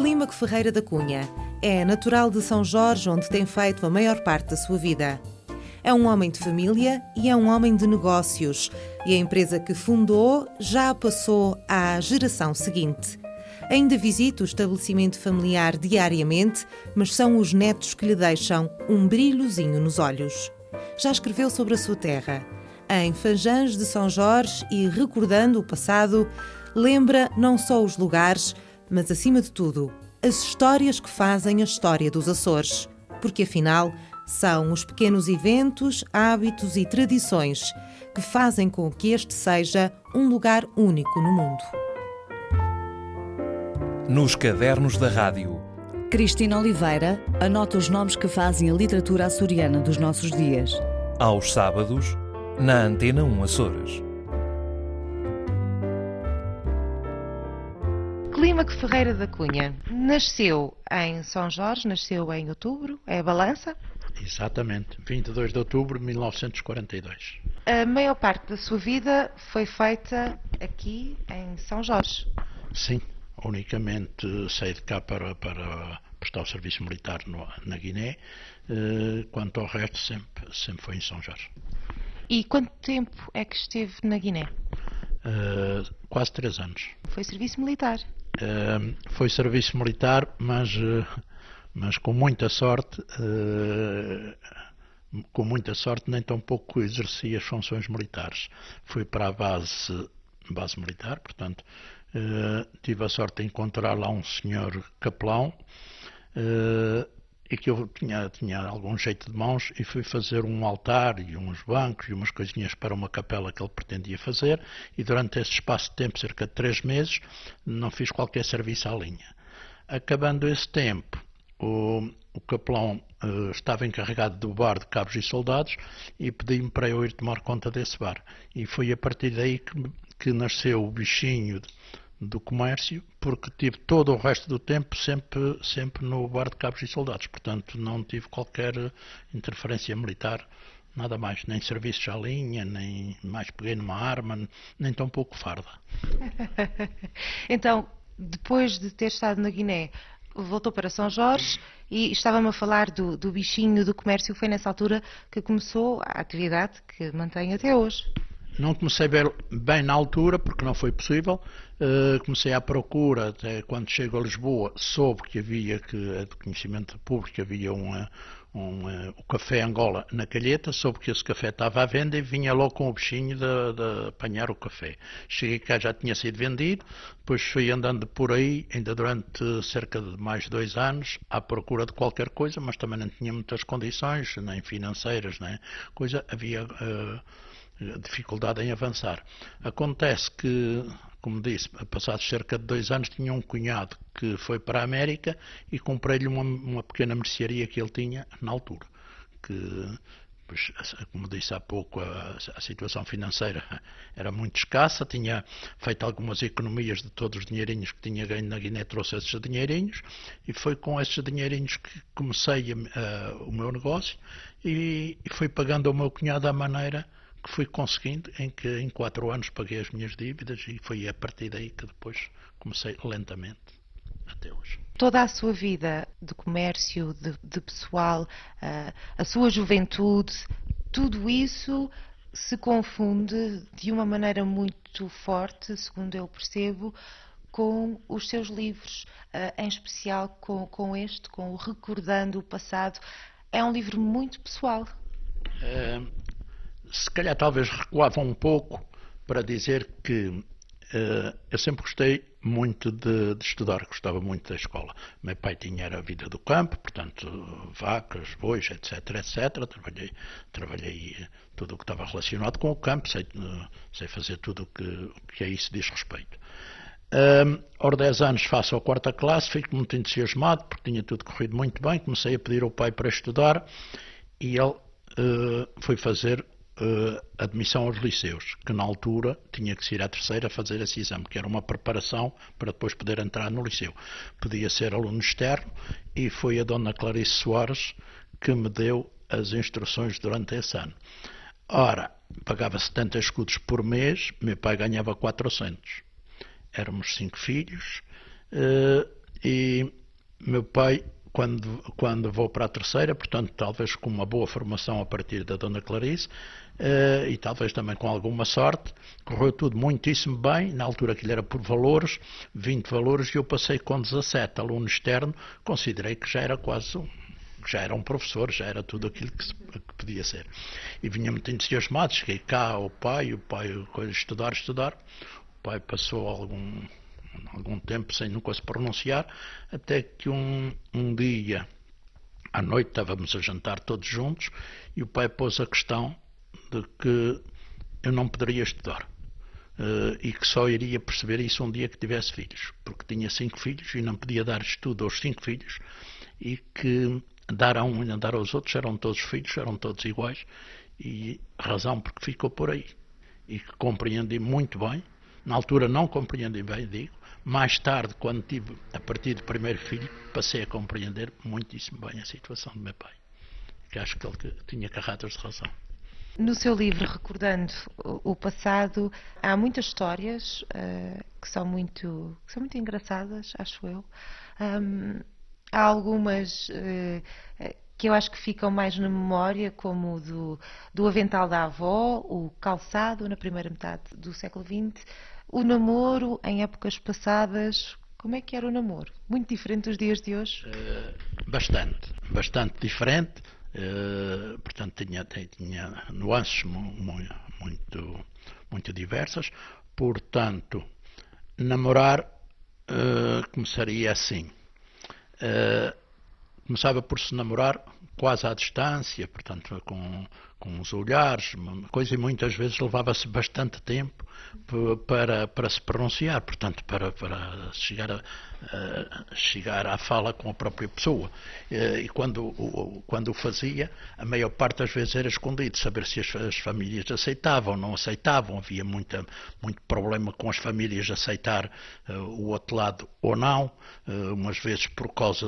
Clímaco Ferreira da Cunha é natural de São Jorge, onde tem feito a maior parte da sua vida. É um homem de família e é um homem de negócios. E a empresa que fundou já passou à geração seguinte. Ainda visita o estabelecimento familiar diariamente, mas são os netos que lhe deixam um brilhozinho nos olhos. Já escreveu sobre a sua terra. Em Fanjãs de São Jorge e recordando o passado, lembra não só os lugares, mas, acima de tudo, as histórias que fazem a história dos Açores. Porque, afinal, são os pequenos eventos, hábitos e tradições que fazem com que este seja um lugar único no mundo. Nos Cadernos da Rádio, Cristina Oliveira anota os nomes que fazem a literatura açoriana dos nossos dias. aos sábados, na Antena 1 Açores. Clímaco Ferreira da Cunha nasceu em São Jorge, nasceu em outubro, é a Balança. Exatamente, 22 de outubro de 1942. A maior parte da sua vida foi feita aqui em São Jorge. Sim, unicamente saí de cá para prestar o serviço militar na Guiné, quanto ao resto sempre foi em São Jorge. E quanto tempo é que esteve na Guiné? Quase 3 anos. Foi serviço militar? Foi serviço militar, mas com muita sorte, nem tão pouco exerci as funções militares. Fui para a base militar, portanto, tive a sorte de encontrar lá um senhor capelão, e que eu tinha algum jeito de mãos, e fui fazer um altar e uns bancos e umas coisinhas para uma capela que ele pretendia fazer, e durante esse espaço de tempo, cerca de 3 meses, não fiz qualquer serviço à linha. Acabando esse tempo, o capelão estava encarregado do bar de cabos e soldados e pedi-me para eu ir tomar conta desse bar. E foi a partir daí que nasceu o bichinho do comércio, porque tive todo o resto do tempo sempre no bar de cabos e soldados. Portanto, não tive qualquer interferência militar, nada mais, nem serviços à linha, nem mais peguei numa arma, nem tão pouco farda. Então, depois de ter estado na Guiné, voltou para São Jorge e estava-me a falar do bichinho do comércio. Foi nessa altura que começou a atividade que mantém até hoje. Não comecei bem na altura, porque não foi possível. Comecei à procura, até quando chego a Lisboa, soube que havia, que é de conhecimento público, havia o Café Angola na Calheta, soube que esse café estava à venda e vinha logo com o bichinho de apanhar o café. Cheguei cá, já tinha sido vendido, depois fui andando por aí, ainda durante cerca de mais de 2 anos, à procura de qualquer coisa, mas também não tinha muitas condições, nem financeiras, nem coisa, havia dificuldade em avançar. Acontece que, como disse, passados cerca de 2 anos, tinha um cunhado que foi para a América e comprei-lhe uma pequena mercearia que ele tinha na altura, que, pois, como disse há pouco, a situação financeira era muito escassa, tinha feito algumas economias de todos os dinheirinhos que tinha ganho na Guiné, trouxe esses dinheirinhos, e foi com esses dinheirinhos que comecei o meu negócio, e fui pagando ao meu cunhado à maneira que fui conseguindo, em que em 4 anos paguei as minhas dívidas, e foi a partir daí que depois comecei lentamente até hoje. Toda a sua vida de comércio, de pessoal, a sua juventude, tudo isso se confunde de uma maneira muito forte, segundo eu percebo, com os seus livros, em especial com o Recordando o Passado. É um livro muito pessoal. Se calhar talvez recuava um pouco para dizer que eu sempre gostei muito de estudar, gostava muito da escola. Meu pai tinha a vida do campo, portanto, vacas, bois, etc, etc. Trabalhei tudo o que estava relacionado com o campo, sei fazer tudo o que a isso diz respeito. Aos 10 anos faço a 4ª classe, fico muito entusiasmado, porque tinha tudo corrido muito bem, comecei a pedir ao pai para estudar, e ele foi fazer admissão aos liceus, que na altura tinha que ir à 3ª a fazer esse exame, que era uma preparação para depois poder entrar no liceu. Podia ser aluno externo, e foi a dona Clarice Soares que me deu as instruções durante esse ano. Ora, pagava 70 escudos por mês, meu pai ganhava 400. Éramos 5 filhos, e meu pai, quando vou para a terceira, portanto, talvez com uma boa formação a partir da Dona Clarice, e talvez também com alguma sorte, correu tudo muitíssimo bem. Na altura aquilo era por valores, 20 valores, e eu passei com 17, aluno externo, considerei que já era já era um professor, já era tudo aquilo que podia ser. E vinha muito entusiasmado, cheguei cá o pai estudar. O pai passou algum tempo sem nunca se pronunciar, até que um dia, à noite, estávamos a jantar todos juntos, e o pai pôs a questão de que eu não poderia estudar. E que só iria perceber isso um dia que tivesse filhos, porque tinha 5 filhos e não podia dar estudo aos 5 filhos, e que dar a um e não dar aos outros, eram todos filhos, eram todos iguais, e a razão porque ficou por aí. E que compreendi muito bem, na altura não compreendi bem, digo, mais tarde, quando tive, a partir do primeiro filho, passei a compreender muitíssimo bem a situação do meu pai, que acho que ele tinha carradas de razão. No seu livro, recordando o passado, há muitas histórias que são muito engraçadas, acho eu. Há algumas que eu acho que ficam mais na memória, como o do avental da avó, o calçado na primeira metade do século XX, o namoro em épocas passadas. Como é que era o namoro? Muito diferente dos dias de hoje? Bastante diferente. Portanto, tinha nuances muito diversas. Portanto, namorar começaria assim. Começava por se namorar quase à distância, portanto, com os olhares, coisa, e muitas vezes levava-se bastante tempo para se pronunciar, portanto, para chegar à fala com a própria pessoa. E quando o fazia, a maior parte das vezes era escondido, saber se as famílias aceitavam ou não aceitavam. Havia muito problema com as famílias aceitar o outro lado ou não, umas vezes por causa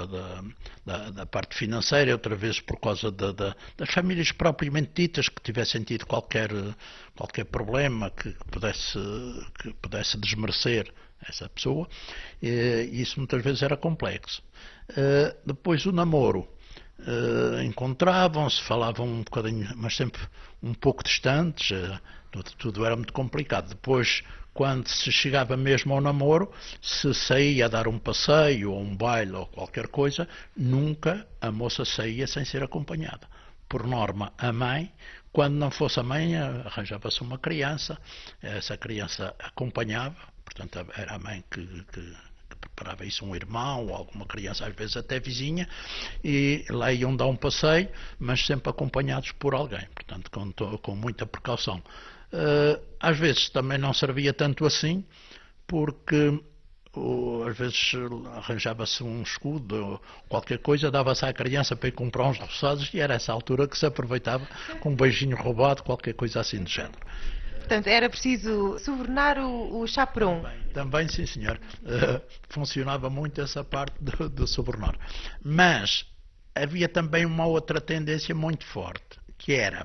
da parte financeira, outra vez por causa das famílias propriamente ditas, que tivessem tido qualquer problema que pudesse desmerecer essa pessoa, e isso muitas vezes era complexo. Depois o namoro, encontravam-se, falavam um bocadinho, mas sempre um pouco distantes, tudo era muito complicado. Depois, quando se chegava mesmo ao namoro, se saía a dar um passeio ou um baile ou qualquer coisa, nunca a moça saía sem ser acompanhada. Por norma, a mãe, quando não fosse a mãe, arranjava-se uma criança, essa criança acompanhava, portanto era a mãe que preparava isso, um irmão ou alguma criança, às vezes até vizinha, e lá iam dar um passeio, mas sempre acompanhados por alguém, portanto com muita precaução. Às vezes também não servia tanto assim, porque às vezes arranjava-se um escudo ou qualquer coisa, dava-se à criança para ir comprar uns roçados, e era essa altura que se aproveitava com um beijinho roubado, qualquer coisa assim do género. Portanto, era preciso subornar o chaperon. Também, sim, senhor. Funcionava muito essa parte de subornar. Mas havia também uma outra tendência muito forte, que era,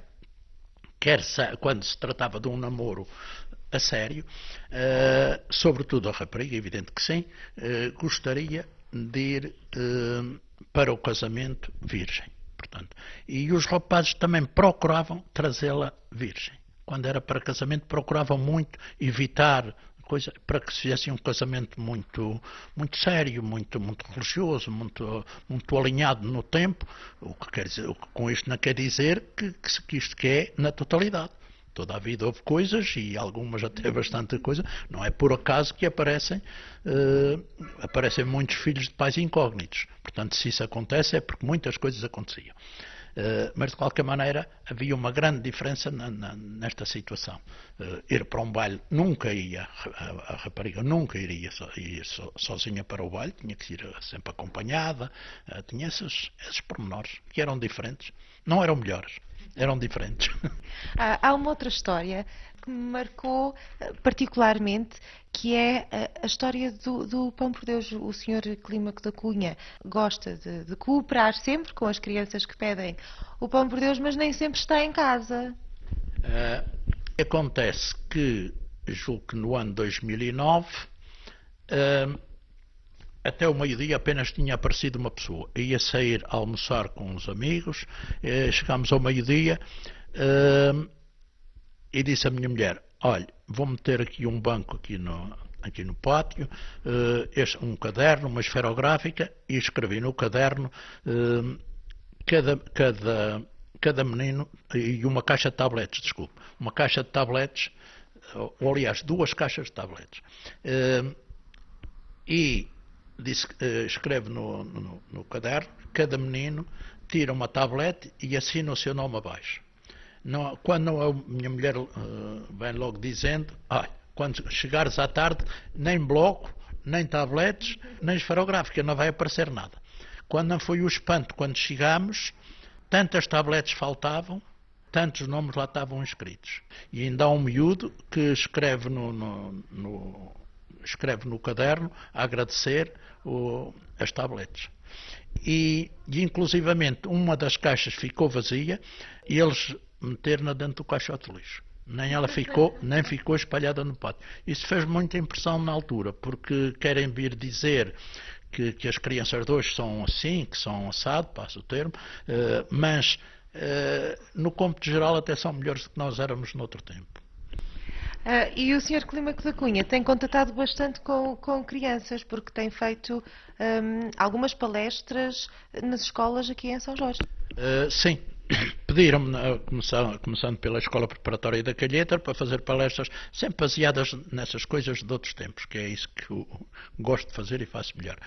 quando se tratava de um namoro a sério, sobretudo a rapariga, evidente que sim, gostaria de ir para o casamento virgem. Portanto, e os rapazes também procuravam trazê-la virgem. Quando era para casamento, procuravam muito evitar coisa, para que se fizesse um casamento muito sério, muito religioso, muito alinhado no tempo. O que quer dizer, com isto não quer dizer que isto que é na totalidade. Toda a vida houve coisas, e algumas até bastante coisa. Não é por acaso que aparecem muitos filhos de pais incógnitos. Portanto, se isso acontece, é porque muitas coisas aconteciam. Mas de qualquer maneira havia uma grande diferença nesta situação. Ir para um baile nunca ia, a rapariga nunca iria ir sozinha para o baile, tinha que ir sempre acompanhada, tinha esses pormenores que eram diferentes, não eram melhores, eram diferentes. Há uma outra história que me marcou particularmente, que é a história do Pão por Deus. O Sr. Clímaco da Cunha gosta de cooperar sempre com as crianças que pedem o Pão por Deus, mas nem sempre está em casa. Acontece que, julgo que no ano 2009, até o meio-dia apenas tinha aparecido uma pessoa. Ia sair a almoçar com uns amigos, chegámos ao meio-dia e disse à minha mulher: olha, vou meter aqui um banco aqui no pátio, um caderno, uma esferográfica, e escrevi no caderno cada menino, e uma caixa de tabletes, desculpe, uma caixa de tabletes, ou aliás, 2 caixas de tabletes. E disse, escreve no caderno, cada menino tira uma tablete e assina o seu nome abaixo. Não, quando a minha mulher vem logo dizendo: quando chegares à tarde, nem bloco, nem tabletes, nem esferográfica, não vai aparecer nada. Quando não foi o espanto, quando chegámos, tantas tabletes faltavam, tantos nomes lá estavam escritos. E ainda há um miúdo que escreve escreve no caderno a agradecer as tabletes. E inclusivamente uma das caixas ficou vazia e eles meteram-na dentro do caixote de lixo. Nem ficou espalhada no pátio. Isso fez muita impressão na altura, porque querem vir dizer que as crianças de hoje são assim, que são assado, passo o termo, mas no cômputo geral até são melhores do que nós éramos noutro tempo. E o Sr. Clímaco da Cunha tem contatado bastante com crianças, porque tem feito algumas palestras nas escolas aqui em São Jorge. Sim. Pediram-me, começando pela Escola Preparatória da Calheta, para fazer palestras sempre baseadas nessas coisas de outros tempos, que é isso que eu gosto de fazer e faço melhor.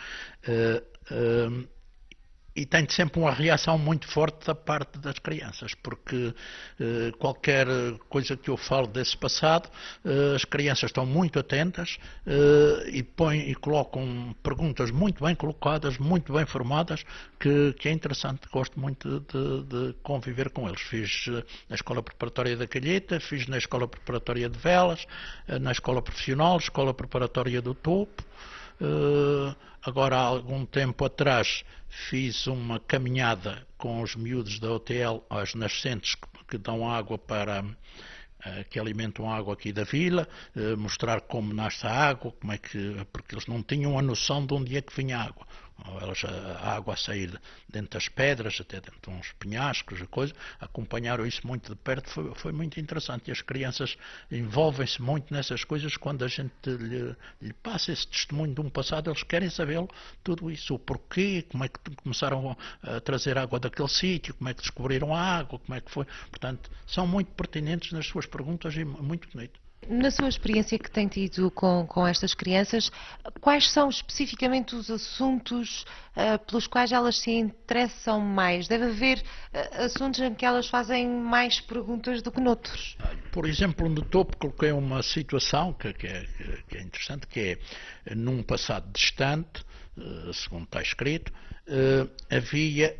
E tem sempre uma reação muito forte da parte das crianças, porque qualquer coisa que eu falo desse passado, as crianças estão muito atentas e colocam perguntas muito bem colocadas, muito bem formadas, que é interessante. Gosto muito de conviver com eles. Fiz na Escola Preparatória da Calheta, fiz na Escola Preparatória de Velas, na Escola Profissional, Escola Preparatória do Topo. Agora, há algum tempo atrás, fiz uma caminhada com os miúdos da OTL às nascentes que dão água que alimentam a água aqui da vila, mostrar como nasce a água, porque eles não tinham a noção de onde é que vinha a água. A água a sair dentro das pedras, até dentro de uns penhascos, acompanharam isso muito de perto, foi muito interessante. E as crianças envolvem-se muito nessas coisas. Quando a gente lhe passa esse testemunho de um passado, eles querem sabê-lo, tudo isso, o porquê, como é que começaram a trazer água daquele sítio, como é que descobriram a água, como é que foi. Portanto, são muito pertinentes nas suas perguntas e muito bonito. Na sua experiência que tem tido com estas crianças, quais são especificamente os assuntos pelos quais elas se interessam mais? Deve haver assuntos em que elas fazem mais perguntas do que noutros. Por exemplo, no topo coloquei uma situação que é interessante, que é num passado distante, segundo está escrito, havia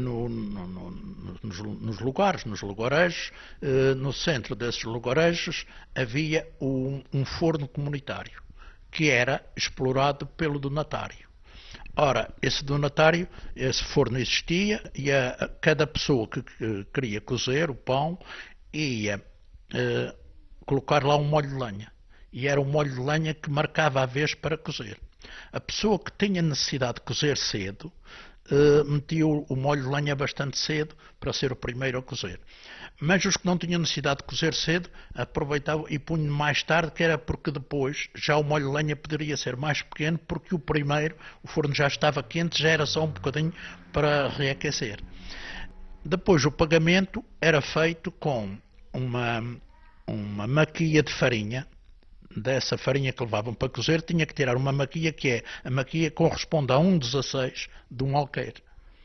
nos lugares, nos lugarejos, no centro desses lugarejos havia um forno comunitário que era explorado pelo donatário. Ora, esse forno existia e cada pessoa que queria cozer o pão ia colocar lá um molho de lenha. E era o molho de lenha que marcava a vez para cozer. A pessoa que tinha necessidade de cozer cedo metia o molho de lenha bastante cedo para ser o primeiro a cozer. Mas os que não tinham necessidade de cozer cedo aproveitavam e punham mais tarde, que era porque depois já o molho de lenha poderia ser mais pequeno, porque o forno já estava quente, já era só um bocadinho para reaquecer. Depois o pagamento era feito com uma maquia de farinha. Dessa farinha que levavam para cozer, tinha que tirar uma maquia, a maquia corresponde a 1/16 de um alqueire.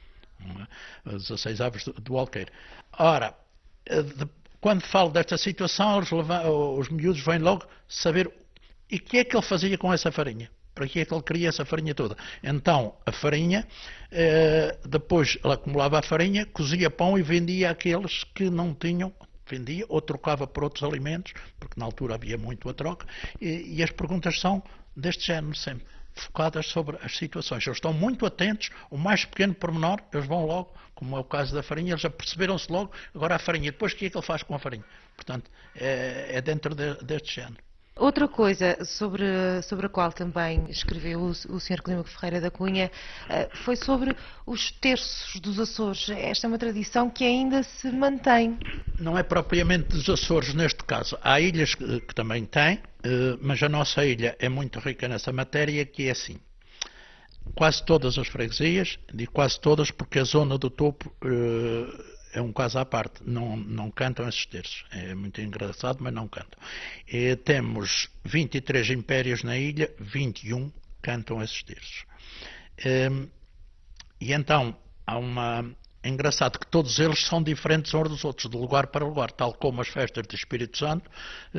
16 avos do alqueire. Ora, quando falo desta situação, os miúdos vêm logo saber e o que é que ele fazia com essa farinha. Para que é que ele queria essa farinha toda? Então, a farinha, depois ele acumulava a farinha, cozia pão e vendia àqueles que não tinham. Vendia ou trocava por outros alimentos, porque na altura havia muito a troca, e as perguntas são deste género sempre, focadas sobre as situações. Eles estão muito atentos, o mais pequeno pormenor, eles vão logo, como é o caso da farinha, eles já perceberam-se logo, agora a farinha, depois o que é que ele faz com a farinha? Portanto, é dentro deste género. Outra coisa sobre a qual também escreveu o Sr. Clímaco Ferreira da Cunha foi sobre os terços dos Açores. Esta é uma tradição que ainda se mantém. Não é propriamente dos Açores neste caso. Há ilhas que também têm, mas a nossa ilha é muito rica nessa matéria, que é assim. Quase todas as freguesias, digo quase todas porque a zona do topo é um caso à parte, não cantam esses terços. É muito engraçado, mas não cantam. Temos 23 impérios na ilha, 21 cantam esses terços. E então, é engraçado que todos eles são diferentes uns dos outros, de lugar para lugar, tal como as festas do Espírito Santo,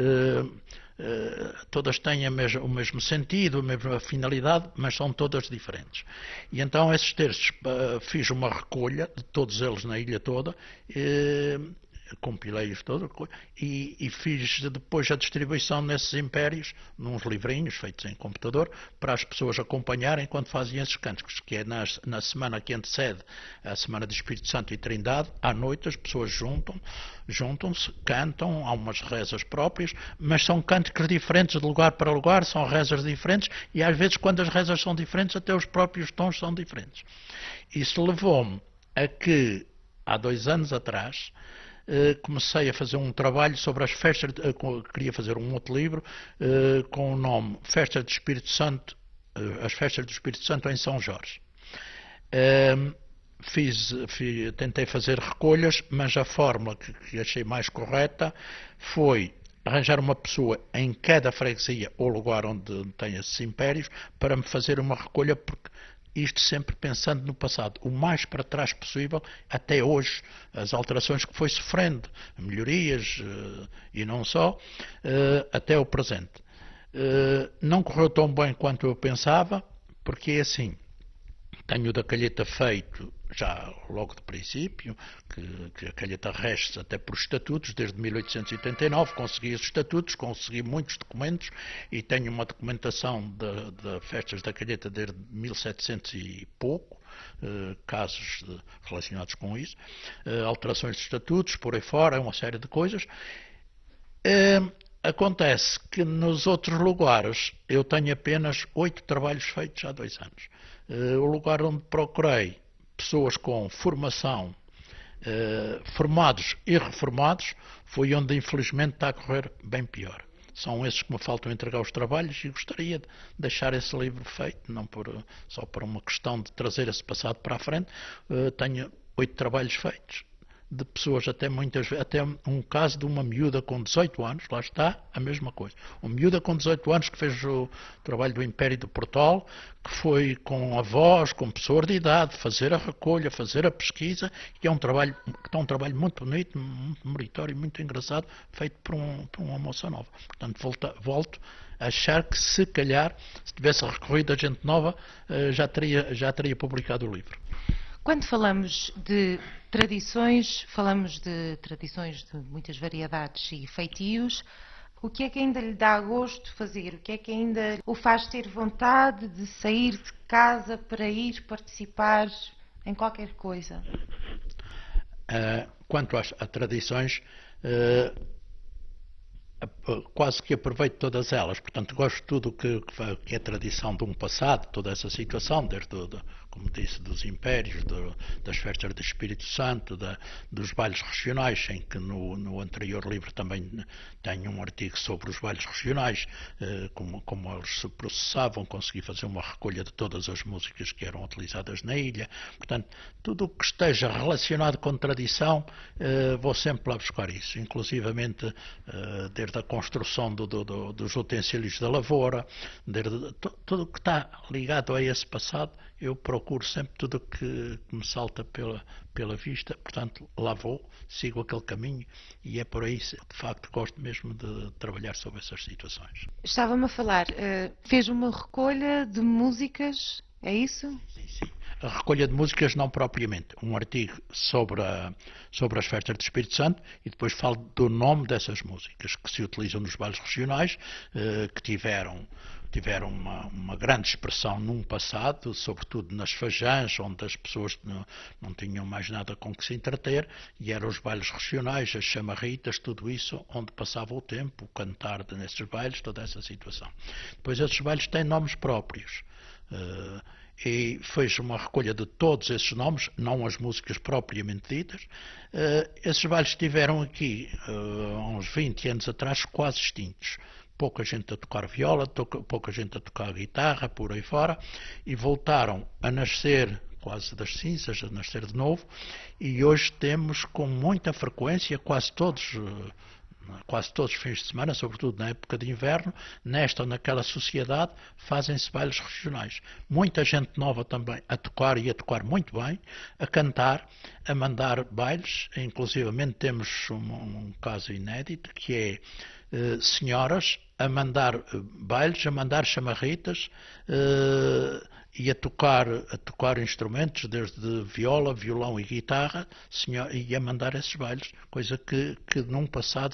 todas têm o mesmo sentido, a mesma finalidade, mas são todas diferentes. E então esses terços, fiz uma recolha de todos eles na ilha toda, compilei-os todos e fiz depois a distribuição nesses impérios, nos livrinhos feitos em computador, para as pessoas acompanharem quando fazem esses cânticos, que é na semana que antecede a Semana do Espírito Santo e Trindade. À noite as pessoas juntam-se, cantam, há umas rezas próprias, mas são cânticos diferentes de lugar para lugar, são rezas diferentes, e às vezes quando as rezas são diferentes, até os próprios tons são diferentes. Isso levou-me a que, há 2 anos atrás, comecei a fazer um trabalho sobre as festas, queria fazer um outro livro com o nome Festas do Espírito Santo, as Festas do Espírito Santo em São Jorge. Tentei fazer recolhas, mas a fórmula que achei mais correta foi arranjar uma pessoa em cada freguesia ou lugar onde tem esses impérios para me fazer uma recolha, porque isto sempre pensando no passado, o mais para trás possível, até hoje, as alterações que foi sofrendo, melhorias e não só, até o presente. Não correu tão bem quanto eu pensava, porque é assim, tenho o da Calheta feito já logo de princípio, que a Calheta rege até por estatutos, desde 1889, consegui os estatutos, consegui muitos documentos e tenho uma documentação de festas da Calheta desde 1700 e pouco, casos relacionados com isso, alterações de estatutos, por aí fora, uma série de coisas. Acontece que nos outros lugares eu tenho apenas 8 trabalhos feitos há 2 anos. O lugar onde procurei pessoas com formação, formados e reformados, foi onde infelizmente está a correr bem pior. São esses que me faltam entregar os trabalhos e gostaria de deixar esse livro feito, não só por uma questão de trazer esse passado para a frente. Tenho 8 trabalhos feitos, de pessoas até um caso de uma miúda com 18 anos, lá está a mesma coisa. Uma miúda com 18 anos que fez o trabalho do Império do Portol, que foi com avós, com pessoas de idade, fazer a recolha, fazer a pesquisa, e é um trabalho muito bonito, muito meritório, muito engraçado, feito por uma moça nova. Portanto, volto a achar que se calhar, se tivesse recorrido a gente nova, já teria publicado o livro. Quando falamos de tradições, falamos de tradições de muitas variedades e feitios. O que é que ainda lhe dá gosto de fazer? O que é que ainda o faz ter vontade de sair de casa para ir participar em qualquer coisa? Quanto a tradições, quase que aproveito todas elas. Portanto, gosto de tudo que é tradição de um passado, toda essa situação, desde, como disse, dos impérios, das festas do Espírito Santo, dos bailes regionais, em que no anterior livro também tenho um artigo sobre os bailes regionais, como eles se processavam, consegui fazer uma recolha de todas as músicas que eram utilizadas na ilha. Portanto, tudo o que esteja relacionado com tradição, vou sempre lá buscar isso, inclusivamente desde a construção dos utensílios da lavoura, tudo o que está ligado a esse passado, eu procuro sempre tudo o que me salta pela vista. Portanto, lá vou, sigo aquele caminho, e é por aí, de facto, gosto mesmo de trabalhar sobre essas situações. Estava-me a falar, fez uma recolha de músicas, é isso? Sim. A recolha de músicas não propriamente, um artigo sobre as festas do Espírito Santo, e depois falo do nome dessas músicas que se utilizam nos bailes regionais, que tiveram tiveram uma grande expressão num passado, sobretudo nas fajãs, onde as pessoas não tinham mais nada com que se entreter, e eram os bailes regionais, as chamarritas, tudo isso, onde passava o tempo, o cantar nesses bailes, toda essa situação. Depois esses bailes têm nomes próprios. E fez uma recolha de todos esses nomes, não as músicas propriamente ditas. Esses bailes estiveram aqui, há uns 20 anos atrás, quase extintos. Pouca gente a tocar viola, pouca gente a tocar guitarra, por aí fora, e voltaram a nascer quase das cinzas, a nascer de novo, e hoje temos com muita frequência, quase todos os fins de semana, sobretudo na época de inverno, nesta ou naquela sociedade, fazem-se bailes regionais. Muita gente nova também a tocar, e a tocar muito bem, a cantar, a mandar bailes. Inclusivamente temos um caso inédito, que é senhoras a mandar bailes, a mandar chamarritas e a tocar instrumentos, desde viola, violão e guitarra, e a mandar esses bailes, coisa que num passado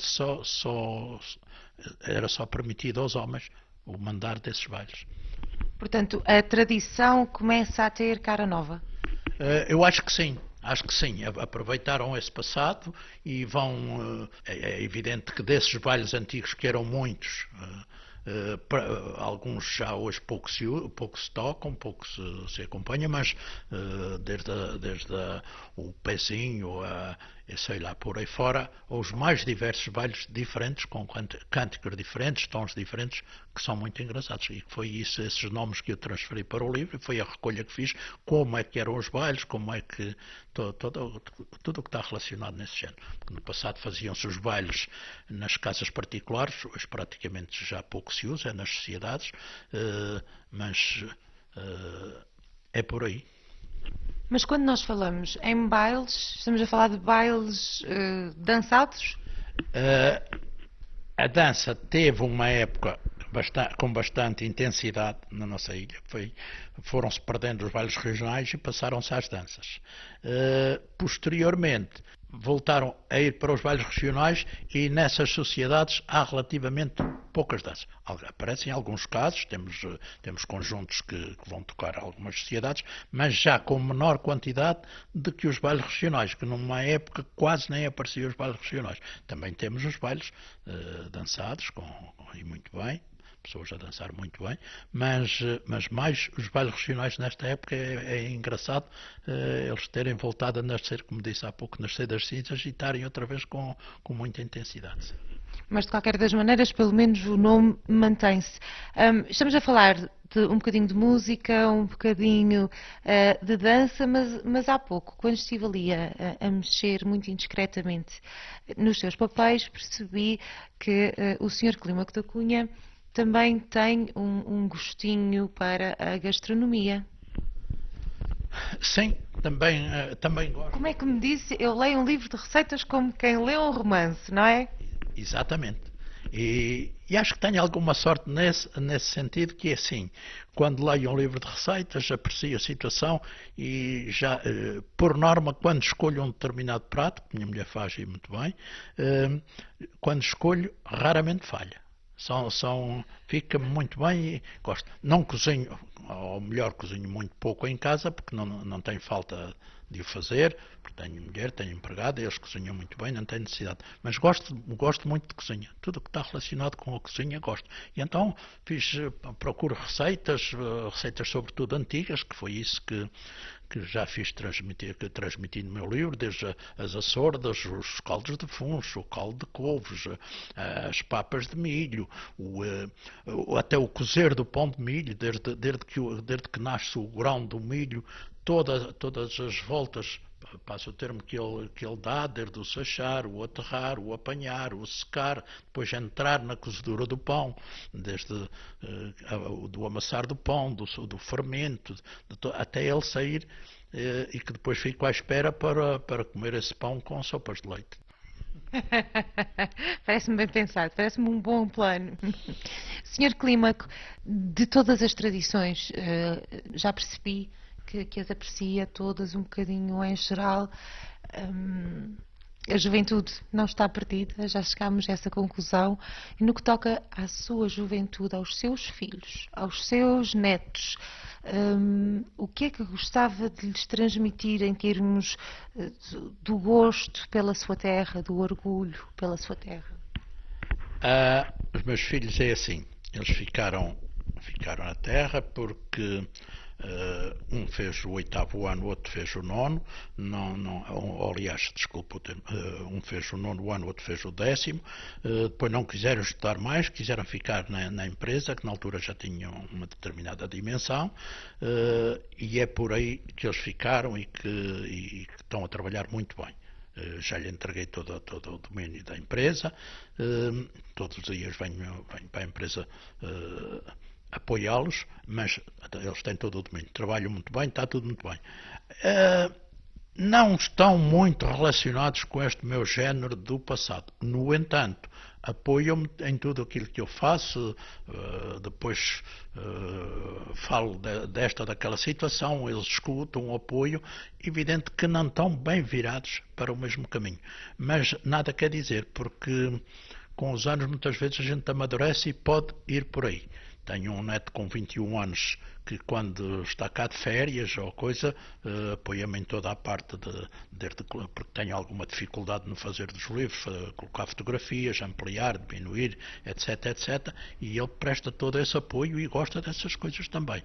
era só permitido aos homens o mandar desses bailes. Portanto, a tradição começa a ter cara nova? Eu acho que sim. Acho que sim, aproveitaram esse passado e vão... É evidente que desses bailes antigos, que eram muitos, alguns já hoje pouco se tocam, pouco se acompanha, mas desde o pezinho, sei lá, por aí fora, os mais diversos bailes diferentes, com cânticos diferentes, tons diferentes, que são muito engraçados. E foi esses nomes que eu transferi para o livro, e foi a recolha que fiz, como é que eram os bailes, como é que tudo o que está relacionado nesse género. Porque no passado faziam-se os bailes nas casas particulares, hoje praticamente já pouco se usa, é nas sociedades, mas é por aí. Mas quando nós falamos em bailes, estamos a falar de bailes dançados? A dança teve uma época com bastante intensidade na nossa ilha. Foram-se perdendo os bailes regionais e passaram-se às danças. Posteriormente, voltaram a ir para os bailes regionais, e nessas sociedades há relativamente poucas danças. Aparecem alguns casos, temos conjuntos que vão tocar algumas sociedades, mas já com menor quantidade do que os bailes regionais, que numa época quase nem apareciam os bailes regionais. Também temos os bailes dançados, e muito bem, pessoas a dançar muito bem, mas mais os bailes regionais nesta época é engraçado eles terem voltado a nascer, como disse há pouco, nascer das cinzas, e estarem outra vez com muita intensidade. Mas de qualquer das maneiras, pelo menos o nome mantém-se. Estamos a falar de um bocadinho de música, um bocadinho de dança, mas há pouco, quando estive ali a mexer muito indiscretamente nos seus papéis, percebi que o Sr. Clímaco da Cunha também tem um gostinho para a gastronomia. Sim, também gosto. Como é que me disse? Eu leio um livro de receitas como quem lê um romance, não é? Exatamente. E acho que tenho alguma sorte nesse sentido, que é assim, quando leio um livro de receitas, aprecio a situação, e já, por norma, quando escolho um determinado prato, que minha mulher faz muito bem, quando escolho, raramente falha. Fica-me muito bem e gosto. Não cozinho, ou melhor, cozinho muito pouco em casa, porque não tenho falta de o fazer, porque tenho mulher, tenho empregada, eles cozinham muito bem, não tenho necessidade. Mas gosto muito de cozinha. Tudo o que está relacionado com a cozinha, gosto. E então procuro receitas sobretudo antigas, que foi isso que já fiz que transmiti no meu livro, desde as açordas, os caldos de funcho, o caldo de couves, as papas de milho, até o cozer do pão de milho, desde que nasce o grão do milho, todas as voltas, passa o termo que ele dá, desde o sachar, o aterrar, o apanhar, o secar, depois entrar na cozedura do pão, desde do amassar do pão, do fermento, até ele sair, e que depois fico à espera para comer esse pão com sopas de leite. Parece-me bem pensado, parece-me um bom plano. Sr. Clímaco, de todas as tradições, já percebi que as aprecia todas um bocadinho em geral. a juventude não está perdida, já chegámos a essa conclusão. E no que toca à sua juventude, aos seus filhos, aos seus netos, o que é que gostava de lhes transmitir em termos do gosto pela sua terra, do orgulho pela sua terra? Os meus filhos é assim, eles ficaram na terra porque um fez o 8º ano, o outro fez o 9º, aliás, desculpa o termo, um fez o 9º ano, o outro fez o 10º, depois não quiseram estudar mais, quiseram ficar na empresa, que na altura já tinham uma determinada dimensão, e é por aí que eles ficaram e que estão a trabalhar muito bem. Já lhe entreguei todo o domínio da empresa, todos os dias venho para a empresa apoiá-los, mas eles têm todo o domínio, trabalham muito bem, está tudo muito bem. Não estão muito relacionados com este meu género do passado. No entanto, apoiam-me em tudo aquilo que eu faço, depois falo desta ou daquela situação, eles escutam, apoio, evidente que não estão bem virados para o mesmo caminho. Mas nada quer dizer, porque com os anos muitas vezes a gente amadurece e pode ir por aí. Tenho um neto com 21 anos que quando está cá de férias ou coisa, apoia-me em toda a parte, porque tenho alguma dificuldade no fazer dos livros, colocar fotografias, ampliar, diminuir, etc, etc. E ele presta todo esse apoio e gosta dessas coisas também.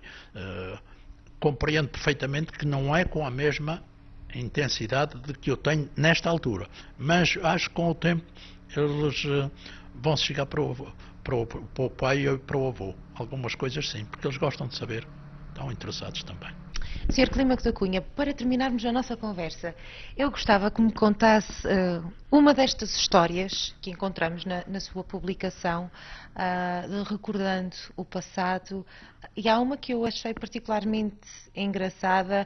Compreendo perfeitamente que não é com a mesma intensidade de que eu tenho nesta altura, mas acho que com o tempo eles vão chegar para o pai e para o avô. Algumas coisas sim, porque eles gostam de saber, estão interessados também. Sr. Clímaco da Cunha, para terminarmos a nossa conversa, eu gostava que me contasse uma destas histórias que encontramos na sua publicação, recordando o passado, e há uma que eu achei particularmente engraçada,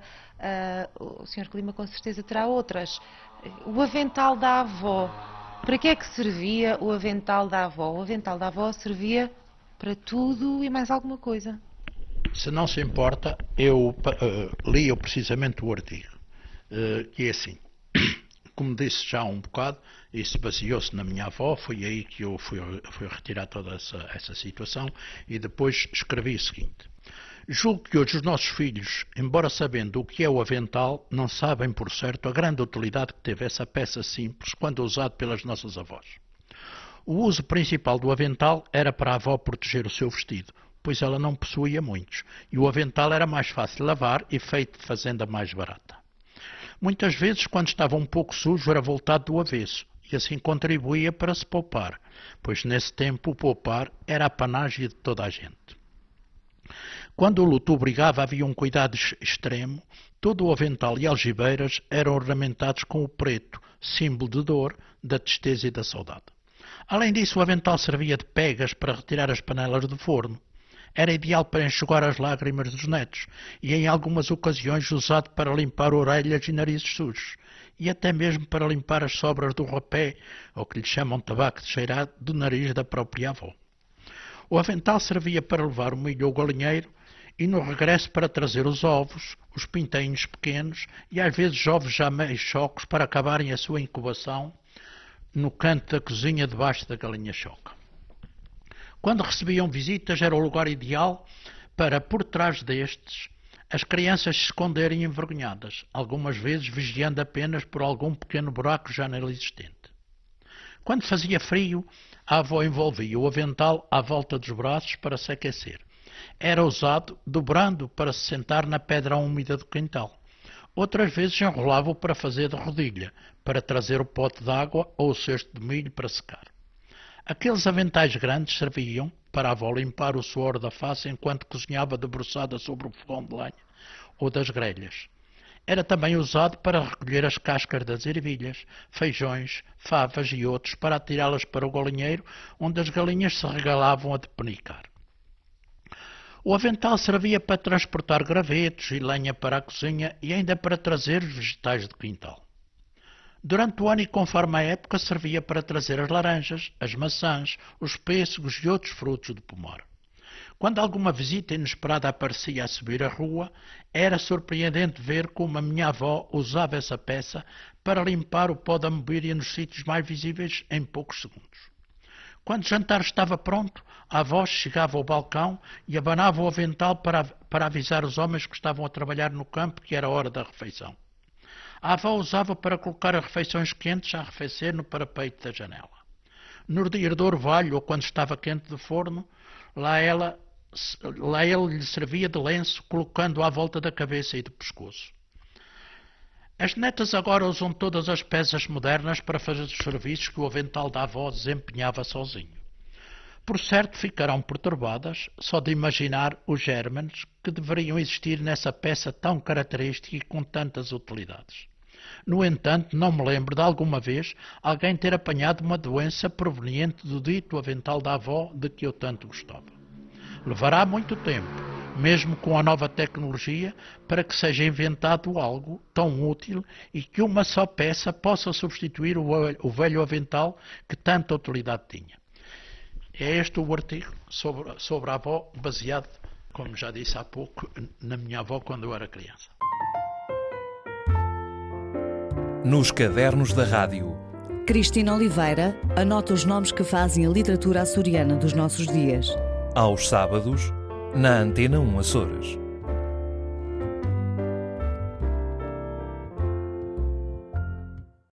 o Sr. Clima com certeza terá outras. O avental da avó. Para que é que servia o avental da avó? O avental da avó servia para tudo e mais alguma coisa. Se não se importa, eu li precisamente o artigo, que é assim, como disse já há um bocado, isso baseou-se na minha avó, foi aí que eu fui retirar toda essa situação e depois escrevi o seguinte: julgo que hoje os nossos filhos, embora sabendo o que é o avental, não sabem por certo a grande utilidade que teve essa peça simples quando usado pelas nossas avós. O uso principal do avental era para a avó proteger o seu vestido, pois ela não possuía muitos, e o avental era mais fácil de lavar e feito de fazenda mais barata. Muitas vezes, quando estava um pouco sujo, era voltado do avesso, e assim contribuía para se poupar, pois nesse tempo o poupar era a panagem de toda a gente. Quando o luto obrigava, havia um cuidado extremo, todo o avental e algibeiras eram ornamentados com o preto, símbolo de dor, da tristeza e da saudade. Além disso, o avental servia de pegas para retirar as panelas do forno. Era ideal para enxugar as lágrimas dos netos e, em algumas ocasiões, usado para limpar orelhas e narizes sujos, e até mesmo para limpar as sobras do rapé, ou que lhe chamam tabaco de cheirar, do nariz da própria avó. O avental servia para levar o milho ao galinheiro e, no regresso, para trazer os ovos, os pintainhos pequenos e, às vezes, ovos já meio chocos para acabarem a sua incubação no canto da cozinha debaixo da galinha choca. Quando recebiam visitas, era o lugar ideal para, por trás destes, as crianças se esconderem envergonhadas, algumas vezes vigiando apenas por algum pequeno buraco já nele existente. Quando fazia frio, a avó envolvia o avental à volta dos braços para se aquecer. Era usado dobrando para se sentar na pedra úmida do quintal. Outras vezes enrolava-o para fazer de rodilha, para trazer o pote de água ou o cesto de milho para secar. Aqueles aventais grandes serviam para a avó limpar o suor da face enquanto cozinhava debruçada sobre o fogão de lenha ou das grelhas. Era também usado para recolher as cascas das ervilhas, feijões, favas e outros para atirá-las para o galinheiro, onde as galinhas se regalavam a depenicar. O avental servia para transportar gravetos e lenha para a cozinha e ainda para trazer os vegetais do quintal. Durante o ano e conforme a época servia para trazer as laranjas, as maçãs, os pêssegos e outros frutos do pomar. Quando alguma visita inesperada aparecia a subir a rua, era surpreendente ver como a minha avó usava essa peça para limpar o pó da mobília nos sítios mais visíveis em poucos segundos. Quando o jantar estava pronto, a avó chegava ao balcão e abanava o avental para avisar os homens que estavam a trabalhar no campo que era a hora da refeição. A avó usava para colocar as refeições quentes a arrefecer no parapeito da janela. No dia do orvalho, ou quando estava quente do forno, lá ele lhe servia de lenço, colocando-o à volta da cabeça e do pescoço. As netas agora usam todas as peças modernas para fazer os serviços que o avental da avó desempenhava sozinho. Por certo ficarão perturbadas só de imaginar os germes que deveriam existir nessa peça tão característica e com tantas utilidades. No entanto, não me lembro de alguma vez alguém ter apanhado uma doença proveniente do dito avental da avó de que eu tanto gostava. Levará muito tempo, mesmo com a nova tecnologia, para que seja inventado algo tão útil e que uma só peça possa substituir o velho avental que tanta utilidade tinha. É este o artigo sobre a avó, baseado, como já disse há pouco, na minha avó quando eu era criança. Nos cadernos da rádio. Cristina Oliveira anota os nomes que fazem a literatura açoriana dos nossos dias. Aos sábados, na Antena 1 Açores.